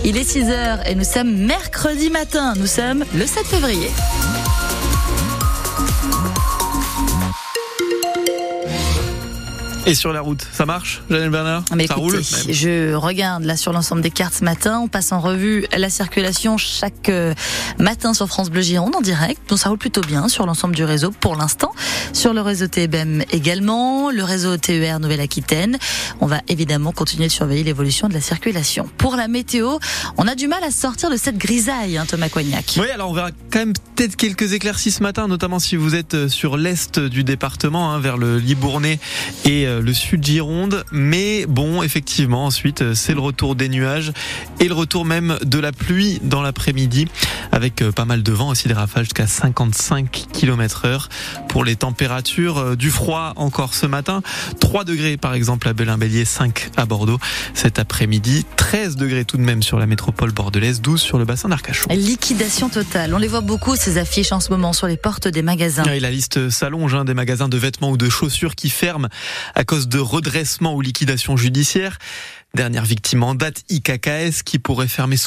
Il est 6h et nous sommes mercredi matin. Nous sommes le 7 février. Et sur la route, ça marche, Janelle Bernard? Mais ça écoutez, roule même. Je regarde là sur l'ensemble des cartes ce matin. On passe en revue la circulation chaque matin sur France Bleu Gironde en direct. Donc ça roule plutôt bien sur l'ensemble du réseau pour l'instant. Sur le réseau TBM également, le réseau TER Nouvelle-Aquitaine. On va évidemment continuer de surveiller l'évolution de la circulation. Pour la météo, on a du mal à sortir de cette grisaille, Thomas Coignac. Oui, alors on verra quand même peut-être quelques éclaircies ce matin, notamment si vous êtes sur l'est du département, vers le Libournais et le sud Gironde, mais bon, effectivement, ensuite c'est le retour des nuages et le retour même de la pluie dans l'après-midi, avec pas mal de vent, aussi des rafales jusqu'à 55 km/h. Pour les températures, du froid encore ce matin, 3 degrés par exemple à Belin-Bélier, 5 à Bordeaux cet après-midi, 13 degrés tout de même sur la métropole bordelaise, 12 sur le bassin d'Arcachon. Liquidation totale, on les voit beaucoup ces affiches en ce moment sur les portes des magasins. Et la liste s'allonge, des magasins de vêtements ou de chaussures qui ferment à cause de redressement ou liquidation judiciaire. Dernière victime en date, IKKS, qui pourrait fermer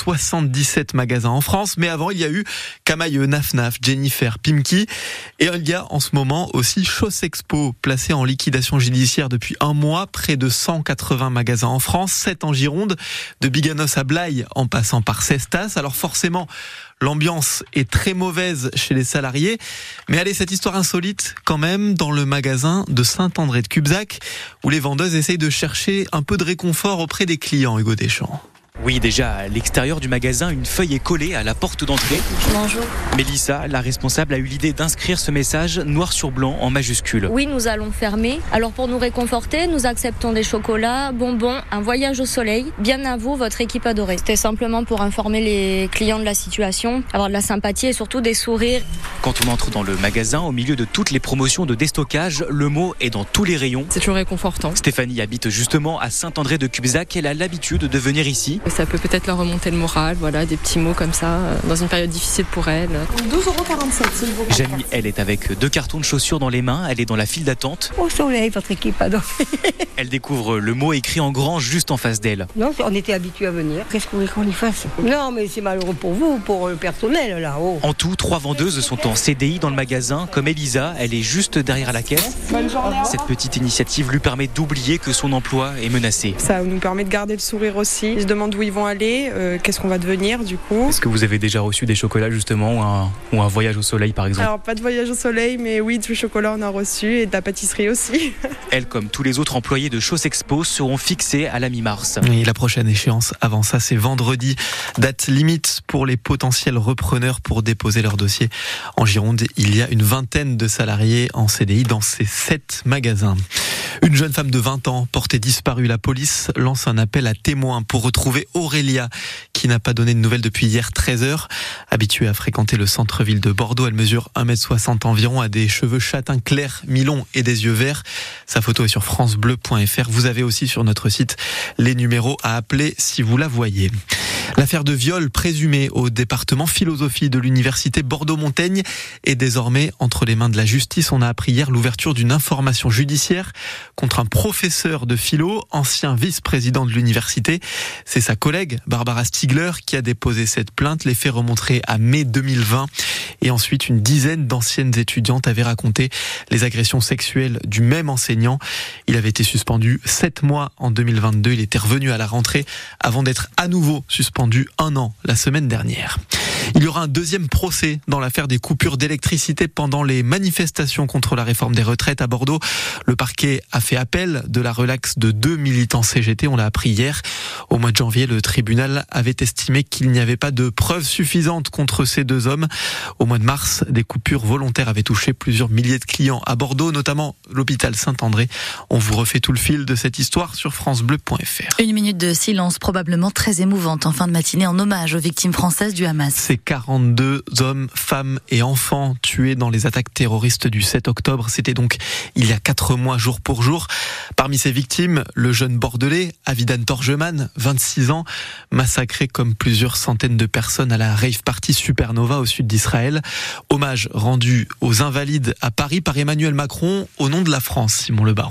77 magasins en France. Mais avant, il y a eu Camaïeu, Naf, Jennifer, Pimki. Et il y a en ce moment aussi Chaussexpo, placé en liquidation judiciaire depuis un mois. Près de 180 magasins en France, 7 en Gironde, de Biganos à Blaye, en passant par Cestas. Alors forcément, l'ambiance est très mauvaise chez les salariés. Mais allez, cette histoire insolite quand même dans le magasin de Saint-André de Cubzac, où les vendeuses essayent de chercher un peu de réconfort auprès des clients, Hugo Deschamps. Oui, déjà, à l'extérieur du magasin, une feuille est collée à la porte d'entrée. Bonjour. Mélissa, la responsable, a eu l'idée d'inscrire ce message noir sur blanc en majuscule. Oui, nous allons fermer. Alors pour nous réconforter, nous acceptons des chocolats, bonbons, un voyage au soleil. Bien à vous, votre équipe adorée. C'était simplement pour informer les clients de la situation, avoir de la sympathie et surtout des sourires. Quand on entre dans le magasin, au milieu de toutes les promotions de déstockage, le mot est dans tous les rayons. C'est toujours réconfortant. Stéphanie habite justement à Saint-André de Cubzac. Elle a l'habitude de venir ici. Ça peut peut-être leur remonter le moral, voilà, des petits mots comme ça, dans une période difficile pour elle. 12,47 €, s'il vous plaît. Janie, elle est avec 2 cartons de chaussures dans les mains. Elle est dans la file d'attente. Au soleil, votre équipe adorée. Elle découvre le mot écrit en grand juste en face d'elle. Non, on était habitués à venir. Qu'est-ce qu'on voulait qu'on y fasse? Non, mais c'est malheureux pour vous, pour le personnel, là-haut. En tout, 3 vendeuses sont en CDI dans le magasin, comme Elisa. Elle est juste derrière la caisse. Bonne journée. Cette petite initiative lui permet d'oublier que son emploi est menacé. Ça nous permet de garder le sourire aussi. Ils se demandent où ils vont aller, qu'est-ce qu'on va devenir du coup. Est-ce que vous avez déjà reçu des chocolats justement ou un voyage au soleil par exemple? Alors pas de voyage au soleil, mais oui, du chocolat on a reçu et de la pâtisserie aussi. Elles, comme tous les autres employés de Chaussexpo, seront fixées à la mi-mars. Et la prochaine échéance avant ça, c'est vendredi. Date limite pour les potentiels repreneurs pour déposer leur dossier. En Gironde, il y a une vingtaine de salariés en CDI dans ces 7 magasins. Une jeune femme de 20 ans portée disparue. La police lance un appel à témoins pour retrouver Aurélia, qui n'a pas donné de nouvelles depuis hier 13h. Habituée à fréquenter le centre-ville de Bordeaux, elle mesure 1m60 environ, a des cheveux châtains clairs, mi-longs et des yeux verts. Sa photo est sur francebleu.fr. Vous avez aussi sur notre site les numéros à appeler si vous la voyez. L'affaire de viol présumé au département philosophie de l'université Bordeaux-Montaigne est désormais entre les mains de la justice. On a appris hier l'ouverture d'une information judiciaire contre un professeur de philo, ancien vice-président de l'université. C'est sa collègue Barbara Stiegler qui a déposé cette plainte. Les faits remonteraient à mai 2020. Et ensuite, une dizaine d'anciennes étudiantes avaient raconté les agressions sexuelles du même enseignant. Il avait été suspendu 7 mois en 2022. Il était revenu à la rentrée avant d'être à nouveau suspendu 1 an la semaine dernière. Il y aura un deuxième procès dans l'affaire des coupures d'électricité pendant les manifestations contre la réforme des retraites à Bordeaux. Le parquet a fait appel de la relaxe de 2 militants CGT, on l'a appris hier. Au mois de janvier, le tribunal avait estimé qu'il n'y avait pas de preuves suffisantes contre ces 2 hommes. Au mois de mars, des coupures volontaires avaient touché plusieurs milliers de clients à Bordeaux, notamment l'hôpital Saint-André. On vous refait tout le fil de cette histoire sur francebleu.fr. 1 minute de silence probablement très émouvante en fin de matinée en hommage aux victimes françaises du Hamas. C'est 42 hommes, femmes et enfants tués dans les attaques terroristes du 7 octobre. C'était donc il y a 4 mois, jour pour jour. Parmi ces victimes, le jeune Bordelais, Avidan Torgeman, 26 ans, massacré comme plusieurs centaines de personnes à la rave party Supernova au sud d'Israël. Hommage rendu aux invalides à Paris par Emmanuel Macron au nom de la France, Simon Le Baron.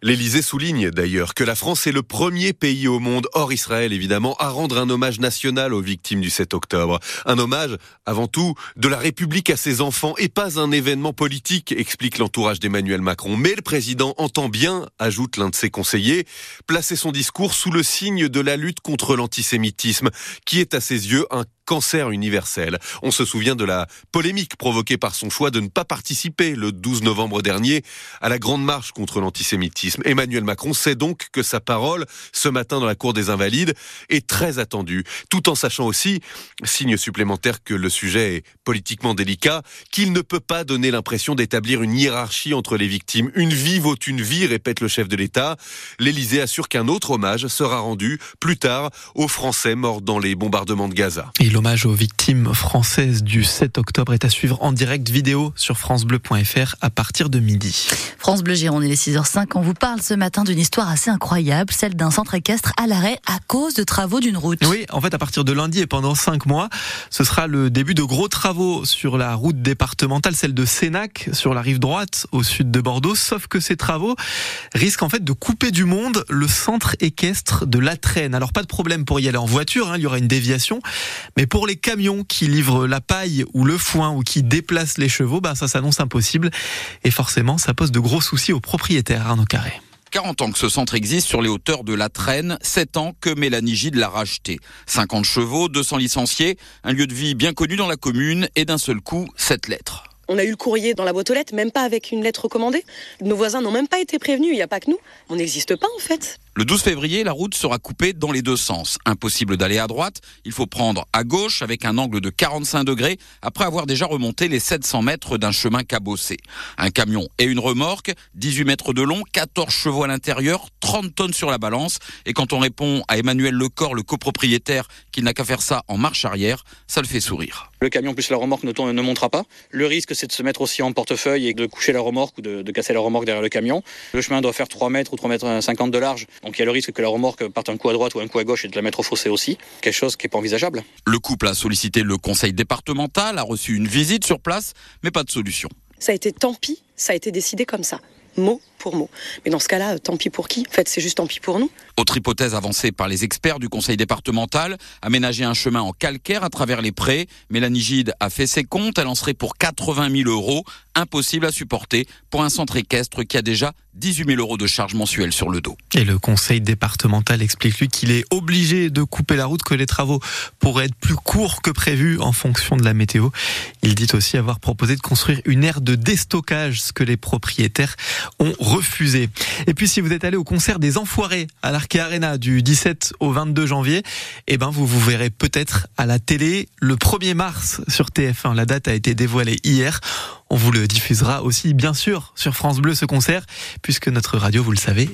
L'Élysée souligne d'ailleurs que la France est le premier pays au monde, hors Israël évidemment, à rendre un hommage national aux victimes du 7 octobre. Un hommage, avant tout, de la République à ses enfants et pas un événement politique, explique l'entourage d'Emmanuel Macron. Mais le président entend bien, ajoute l'un de ses conseillers, placer son discours sous le signe de la lutte contre l'antisémitisme, qui est à ses yeux un cancer universel. On se souvient de la polémique provoquée par son choix de ne pas participer le 12 novembre dernier à la grande marche contre l'antisémitisme. Emmanuel Macron sait donc que sa parole, ce matin dans la cour des Invalides, est très attendue, tout en sachant aussi, signe supplémentaire que le sujet est politiquement délicat, qu'il ne peut pas donner l'impression d'établir une hiérarchie entre les victimes. Une vie vaut une vie, répète le chef de l'État. L'Élysée assure qu'un autre hommage sera rendu plus tard aux Français morts dans les bombardements de Gaza. Et l'hommage aux victimes françaises du 7 octobre est à suivre en direct vidéo sur francebleu.fr à partir de midi. France Bleu Gironde, il est 6h05. On vous parle ce matin d'une histoire assez incroyable, celle d'un centre équestre à l'arrêt à cause de travaux d'une route. Oui, en fait, à partir de lundi et pendant 5 mois, ce sera le début de gros travaux sur la route départementale, celle de Sénac, sur la rive droite, au sud de Bordeaux. Sauf que ces travaux risquent en fait de couper du monde le centre équestre de La Traîne. Alors pas de problème pour y aller en voiture, il y aura une déviation. Mais pour les camions qui livrent la paille ou le foin ou qui déplacent les chevaux, ça s'annonce impossible. Et forcément, ça pose de gros soucis aux propriétaires. Arnaud Carré. 40 ans que ce centre existe sur les hauteurs de La Traîne, 7 ans que Mélanie Gide l'a racheté. 50 chevaux, 200 licenciés, un lieu de vie bien connu dans la commune et d'un seul coup, 7 lettres. On a eu le courrier dans la boîte aux lettres, même pas avec une lettre recommandée. Nos voisins n'ont même pas été prévenus, il n'y a pas que nous. On n'existe pas en fait. Le 12 février, la route sera coupée dans les deux sens. Impossible d'aller à droite, il faut prendre à gauche avec un angle de 45 degrés après avoir déjà remonté les 700 mètres d'un chemin cabossé. Un camion et une remorque, 18 mètres de long, 14 chevaux à l'intérieur, 30 tonnes sur la balance. Et quand on répond à Emmanuel Lecor, le copropriétaire, qu'il n'a qu'à faire ça en marche arrière, ça le fait sourire. Le camion plus la remorque ne montera pas. Le risque, c'est de se mettre aussi en portefeuille et de coucher la remorque ou de casser la remorque derrière le camion. Le chemin doit faire 3 mètres ou 3 mètres 50 de large. Donc il y a le risque que la remorque parte un coup à droite ou un coup à gauche et de la mettre au fossé aussi. Quelque chose qui n'est pas envisageable. Le couple a sollicité le conseil départemental, a reçu une visite sur place, mais pas de solution. Ça a été tant pis, ça a été décidé comme ça, mot pour mot. Mais dans ce cas-là, tant pis pour qui ? En fait, c'est juste tant pis pour nous. Autre hypothèse avancée par les experts du conseil départemental, aménager un chemin en calcaire à travers les prés. Mélanie Gide a fait ses comptes, elle en serait pour 80 000 €, impossible à supporter pour un centre équestre qui a déjà 18 000 € de charges mensuelles sur le dos. Et le conseil départemental explique lui qu'il est obligé de couper la route, que les travaux pourraient être plus courts que prévu en fonction de la météo. Il dit aussi avoir proposé de construire une aire de déstockage, ce que les propriétaires ont refusé. Et puis si vous êtes allé au concert des Enfoirés à l'Arkea Arena du 17 au 22 janvier, vous verrez peut-être à la télé le 1er mars sur TF1. La date a été dévoilée hier. On vous le diffusera aussi bien sûr sur France Bleu ce concert, puisque notre radio, vous le savez,